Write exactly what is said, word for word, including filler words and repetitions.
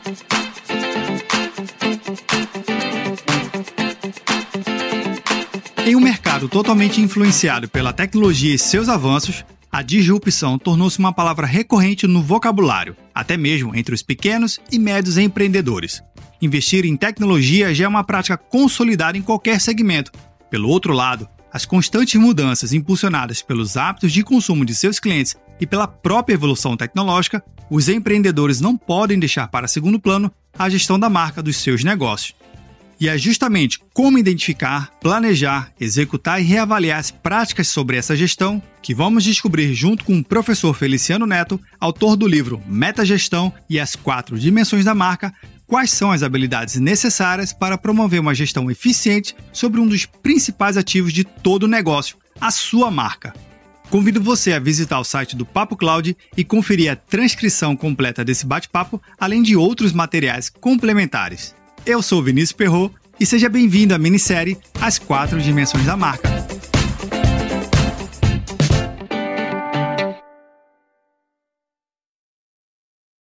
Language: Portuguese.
Em um mercado totalmente influenciado pela tecnologia e seus avanços, a disrupção tornou-se uma palavra recorrente no vocabulário, até mesmo entre os pequenos e médios empreendedores. Investir em tecnologia já é uma prática consolidada em qualquer segmento. Pelo outro lado, as constantes mudanças impulsionadas pelos hábitos de consumo de seus clientes e pela própria evolução tecnológica, os empreendedores não podem deixar para segundo plano a gestão da marca dos seus negócios. E é justamente como identificar, planejar, executar e reavaliar as práticas sobre essa gestão que vamos descobrir junto com o professor Feliciano Neto, autor do livro Metagestão e as Quatro Dimensões da Marca, quais são as habilidades necessárias para promover uma gestão eficiente sobre um dos principais ativos de todo o negócio, a sua marca. Convido você a visitar o site do Papo Cloud e conferir a transcrição completa desse bate-papo, além de outros materiais complementares. Eu sou Vinícius Perrot e seja bem-vindo à minissérie As Quatro Dimensões da Marca.